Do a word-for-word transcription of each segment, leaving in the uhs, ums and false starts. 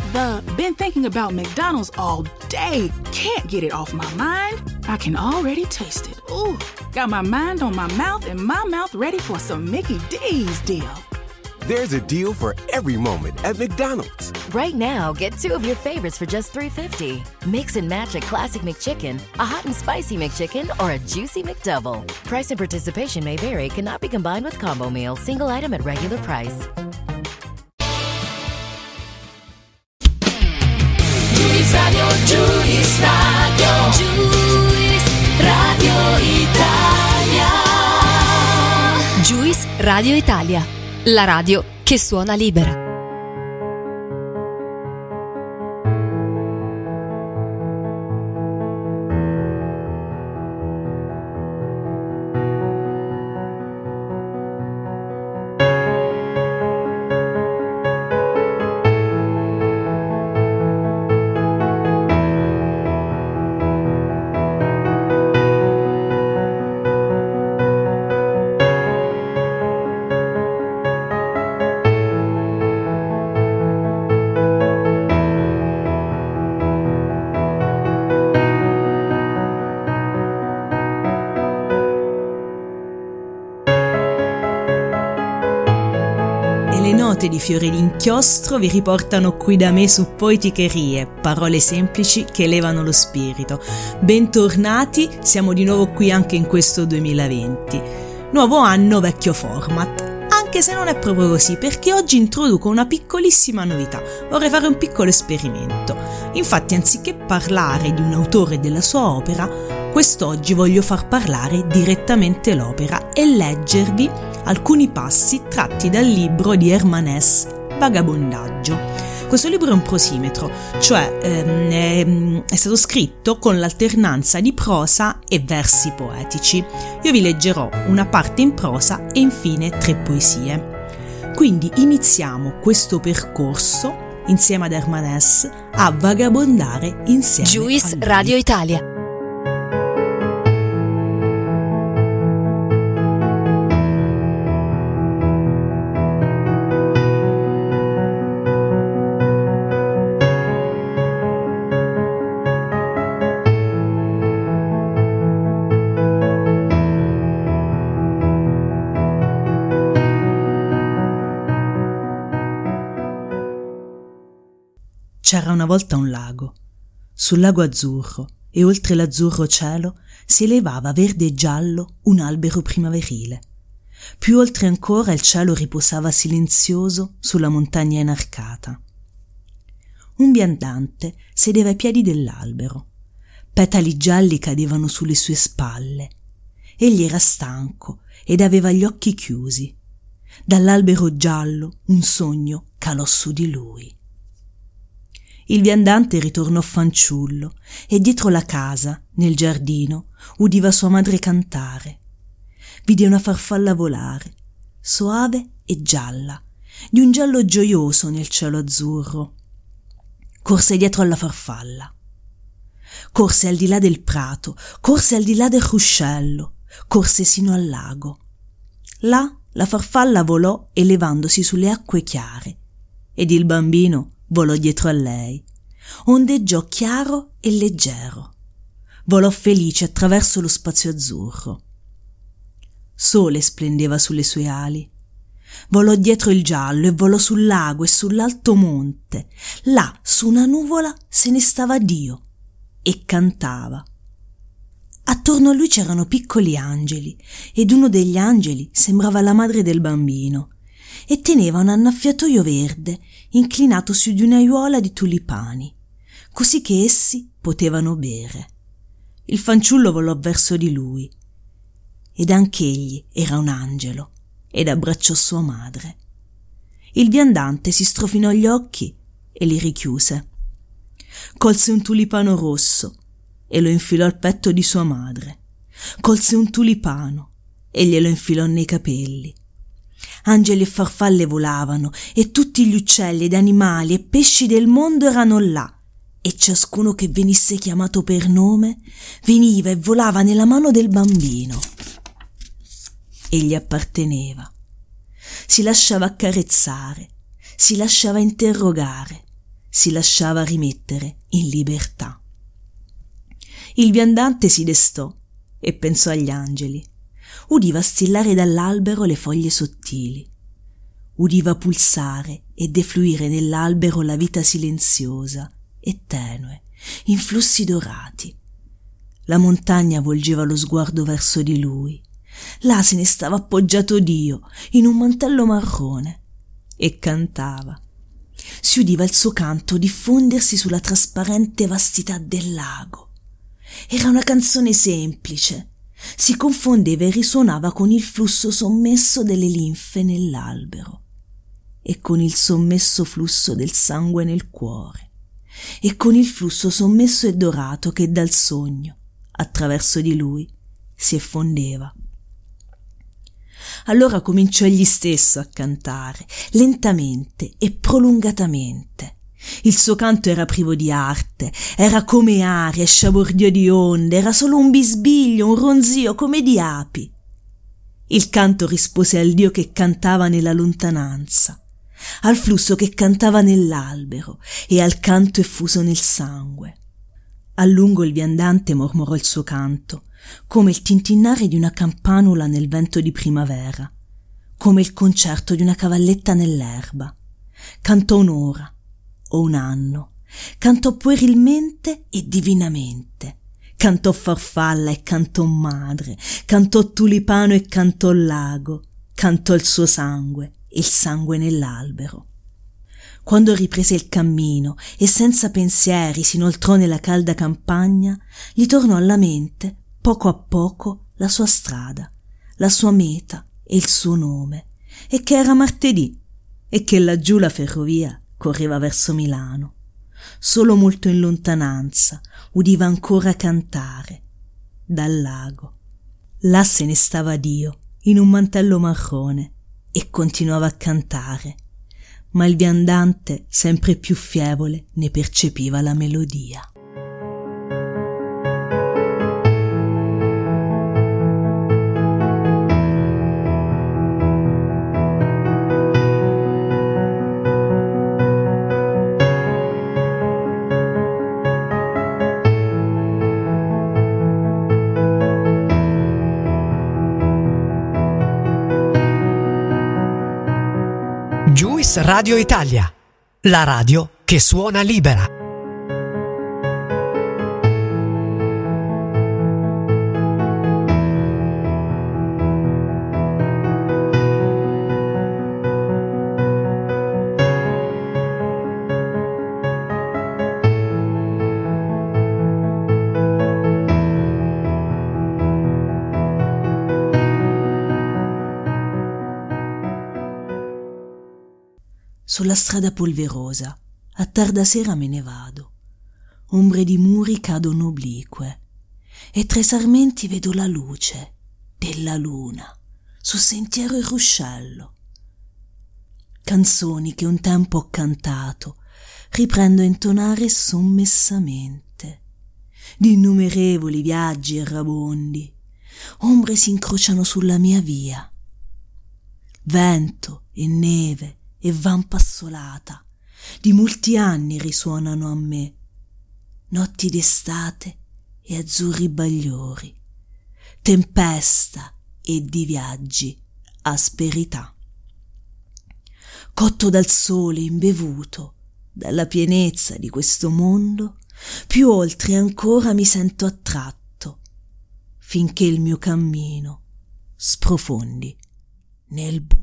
The been thinking about McDonald's all day. Can't get it off my mind. I can already taste it. Ooh, got my mind on my mouth and my mouth ready for some Mickey D's deal. There's a deal for every moment at McDonald's. Right now, get two of your favorites for just three fifty. Mix and match a classic McChicken, a hot and spicy McChicken, or a juicy McDouble. Price and participation may vary. Cannot be combined with combo meal. Single item at regular price. Juice Radio, Juice Radio, Juice Radio Italia. Juice Radio Italia, la radio che suona libera. Di fiori d'inchiostro vi riportano qui da me su Poeticherie, parole semplici che elevano lo spirito. Bentornati, siamo di nuovo qui anche in questo duemilaventi. Nuovo anno, vecchio format. Anche se non è proprio così, perché oggi introduco una piccolissima novità. Vorrei fare un piccolo esperimento. Infatti, anziché parlare di un autore e della sua opera, quest'oggi voglio far parlare direttamente l'opera e leggervi alcuni passi tratti dal libro di Hermann Hesse, Vagabondaggio. Questo libro è un prosimetro, cioè ehm, è, è stato scritto con l'alternanza di prosa e versi poetici. Io vi leggerò una parte in prosa e infine tre poesie. Quindi iniziamo questo percorso insieme ad Hermann Hesse a vagabondare insieme Juice a lui. Radio Italia. C'era una volta un lago. Sul lago azzurro e oltre l'azzurro cielo si elevava verde e giallo un albero primaverile. Più oltre ancora il cielo riposava silenzioso sulla montagna inarcata. Un viandante sedeva ai piedi dell'albero. Petali gialli cadevano sulle sue spalle. Egli era stanco ed aveva gli occhi chiusi. Dall'albero giallo un sogno calò su di lui. Il viandante ritornò fanciullo e dietro la casa, nel giardino, udiva sua madre cantare. Vide una farfalla volare, soave e gialla, di un giallo gioioso nel cielo azzurro. Corse dietro alla farfalla. Corse al di là del prato, corse al di là del ruscello, corse sino al lago. Là la farfalla volò elevandosi sulle acque chiare ed il bambino volò dietro a lei, ondeggiò chiaro e leggero, volò felice attraverso lo spazio azzurro. Sole splendeva sulle sue ali, volò dietro il giallo e volò sul lago e sull'alto monte. Là su una nuvola se ne stava Dio e cantava. Attorno a lui c'erano piccoli angeli ed uno degli angeli sembrava la madre del bambino e teneva un annaffiatoio verde inclinato su di un'aiuola di tulipani, così che essi potevano bere. Il fanciullo volò verso di lui ed anch'egli era un angelo ed abbracciò sua madre. Il viandante si strofinò gli occhi e li richiuse. Colse un tulipano rosso e lo infilò al petto di sua madre. Colse un tulipano e glielo infilò nei capelli. Angeli e farfalle volavano e tutti gli uccelli ed animali e pesci del mondo erano là e ciascuno che venisse chiamato per nome veniva e volava nella mano del bambino. Egli apparteneva. Si lasciava accarezzare, si lasciava interrogare, si lasciava rimettere in libertà. Il viandante si destò e pensò agli angeli. Udiva stillare dall'albero le foglie sottili. Udiva pulsare e defluire nell'albero la vita silenziosa e tenue, in flussi dorati. La montagna volgeva lo sguardo verso di lui. Là se ne stava appoggiato Dio, in un mantello marrone, e cantava. Si udiva il suo canto diffondersi sulla trasparente vastità del lago. Era una canzone semplice, si confondeva e risuonava con il flusso sommesso delle linfe nell'albero, e con il sommesso flusso del sangue nel cuore, e con il flusso sommesso e dorato che dal sogno, attraverso di lui, si effondeva. Allora cominciò egli stesso a cantare, lentamente e prolungatamente. Il suo canto era privo di arte, era come aria e sciabordio di onde, era solo un bisbiglio, un ronzio come di api. Il canto rispose al Dio che cantava nella lontananza, al flusso che cantava nell'albero e al canto effuso nel sangue. A lungo il viandante mormorò il suo canto, come il tintinnare di una campanula nel vento di primavera, come il concerto di una cavalletta nell'erba. Cantò un'ora o un anno, cantò puerilmente e divinamente, cantò farfalla e cantò madre, cantò tulipano e cantò lago, cantò il suo sangue e il sangue nell'albero. Quando riprese il cammino e senza pensieri si inoltrò nella calda campagna, gli tornò alla mente poco a poco la sua strada, la sua meta e il suo nome, e che era martedì e che laggiù la ferrovia correva verso Milano. Solo molto in lontananza udiva ancora cantare dal lago. Là se ne stava Dio in un mantello marrone e continuava a cantare, ma il viandante sempre più fievole ne percepiva la melodia. Juice Radio Italia, la radio che suona libera. Sulla strada polverosa, a tarda sera me ne vado. Ombre di muri cadono oblique e tra i sarmenti vedo la luce della luna su sentiero e ruscello. Canzoni che un tempo ho cantato riprendo a intonare sommessamente. Di innumerevoli viaggi errabondi, ombre si incrociano sulla mia via. Vento e neve e vampa assolata di molti anni risuonano a me, notti d'estate e azzurri bagliori, tempesta e di viaggi asperità. Cotto dal sole, imbevuto dalla pienezza di questo mondo, più oltre ancora mi sento attratto, finché il mio cammino sprofondi nel buio.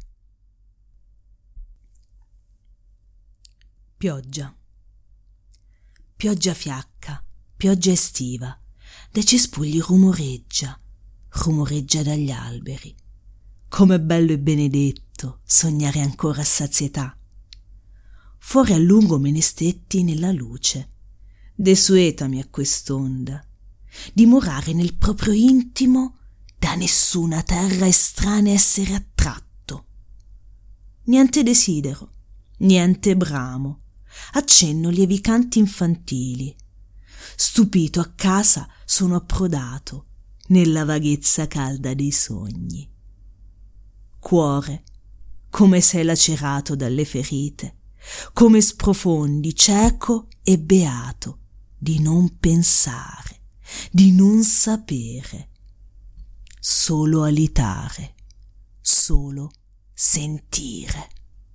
Pioggia. Pioggia fiacca, pioggia estiva, dai cespugli rumoreggia, rumoreggia dagli alberi. Com'è bello e benedetto sognare ancora a sazietà. Fuori a lungo me ne stetti nella luce, desuetami a quest'onda, dimorare nel proprio intimo, da nessuna terra estranea essere attratto. Niente desidero, niente bramo, accenno lievi canti infantili. Stupito a casa sono approdato nella vaghezza calda dei sogni. Cuore, come sei lacerato dalle ferite, come sprofondi, cieco e beato, di non pensare, di non sapere, solo alitare, solo sentire.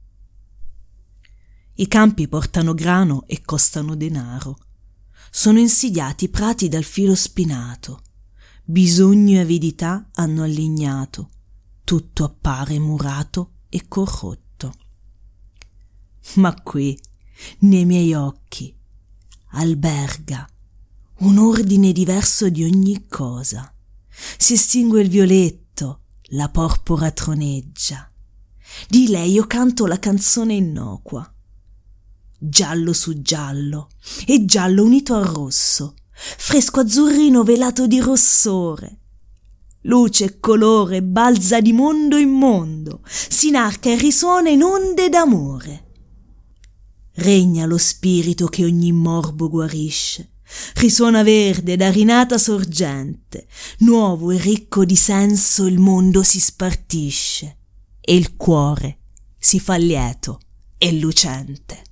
I campi portano grano e costano denaro. Sono insidiati prati dal filo spinato. Bisogno e avidità hanno allignato. Tutto appare murato e corrotto. Ma qui, nei miei occhi, alberga un ordine diverso di ogni cosa. Si estingue il violetto, la porpora troneggia. Di lei io canto la canzone innocua. Giallo su giallo, e giallo unito al rosso, fresco azzurrino velato di rossore. Luce e colore balza di mondo in mondo, si inarca e risuona in onde d'amore. Regna lo spirito che ogni morbo guarisce, risuona verde da rinata sorgente, nuovo e ricco di senso il mondo si spartisce, e il cuore si fa lieto e lucente.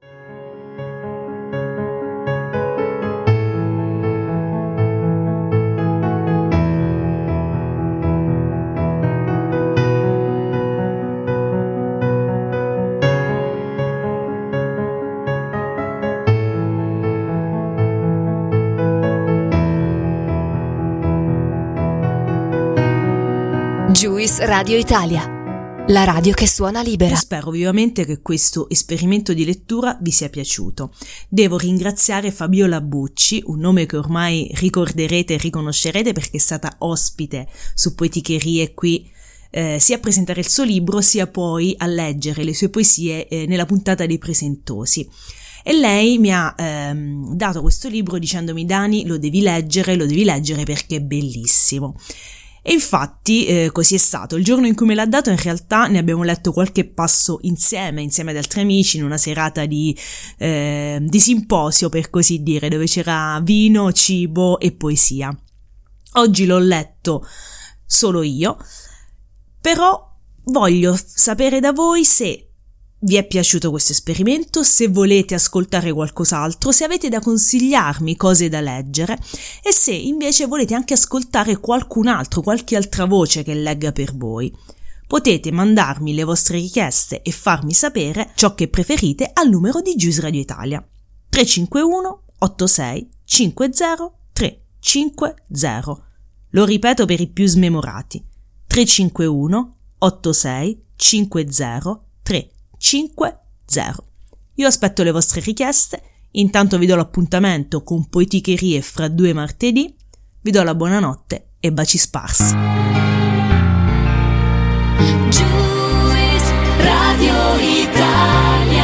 Juice Radio Italia, la radio che suona libera. Spero vivamente che questo esperimento di lettura vi sia piaciuto. Devo ringraziare Fabiola Bucci, un nome che ormai ricorderete e riconoscerete perché è stata ospite su Poeticherie qui eh, sia a presentare il suo libro sia poi a leggere le sue poesie eh, nella puntata dei Presentosi. E lei mi ha ehm, dato questo libro dicendomi: Dani, lo devi leggere, lo devi leggere perché è bellissimo. E infatti eh, così è stato. Il giorno in cui me l'ha dato in realtà ne abbiamo letto qualche passo insieme, insieme ad altri amici, in una serata di, eh, di simposio, per così dire, dove c'era vino, cibo e poesia. Oggi l'ho letto solo io, però voglio sapere da voi se vi è piaciuto questo esperimento, se volete ascoltare qualcos'altro, se avete da consigliarmi cose da leggere e se invece volete anche ascoltare qualcun altro, qualche altra voce che legga per voi. Potete mandarmi le vostre richieste e farmi sapere ciò che preferite al numero di Juice Radio Italia tre cinque uno otto sei cinque zero tre cinque zero. Lo ripeto per i più smemorati: tre cinque uno otto sei cinque zero tre cinque zero. Io aspetto le vostre richieste. Intanto vi do l'appuntamento con Poeticherie fra due martedì. Vi do la buonanotte e baci sparsi. Juice Radio Italia.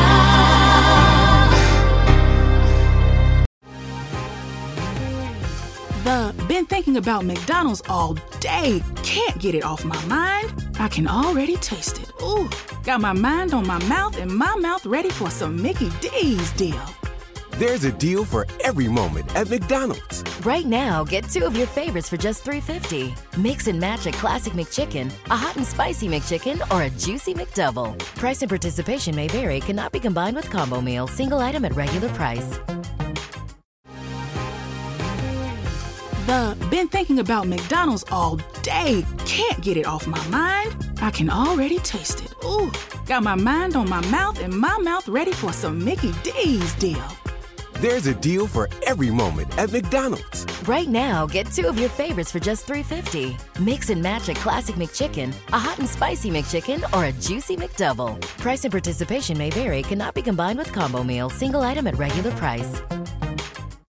The been thinking about McDonald's all day. Can't get it off my mind. I can already taste it. Ooh, got my mind on my mouth and my mouth ready for some Mickey D's deal. There's a deal for every moment at McDonald's. Right now, get two of your favorites for just three fifty. Mix and match a classic McChicken, a hot and spicy McChicken, or a juicy McDouble. Price and participation may vary, cannot be combined with combo meal, single item at regular price. The been thinking about McDonald's all day. Can't get it off my mind. I can already taste it. Ooh, got my mind on my mouth and my mouth ready for some Mickey D's deal. There's a deal for every moment at McDonald's. Right now, get two of your favorites for just three fifty. Mix and match a classic McChicken, a hot and spicy McChicken, or a juicy McDouble. Price and participation may vary, cannot be combined with combo meal, single item at regular price.